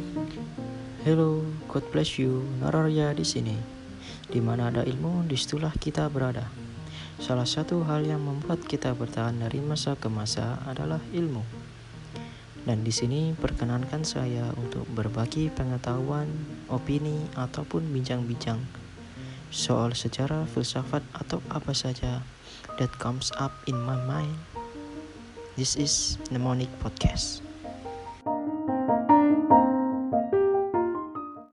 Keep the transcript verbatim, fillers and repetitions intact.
Hello, God bless you. Nararya di sini. Di mana ada ilmu, disitulah kita berada. Salah satu hal yang membuat kita bertahan dari masa ke masa adalah ilmu. Dan di sini perkenankan saya untuk berbagi pengetahuan, opini, ataupun bincang-bincang soal sejarah, filsafat, atau apa saja that comes up in my mind. This is Mnemonic Podcast.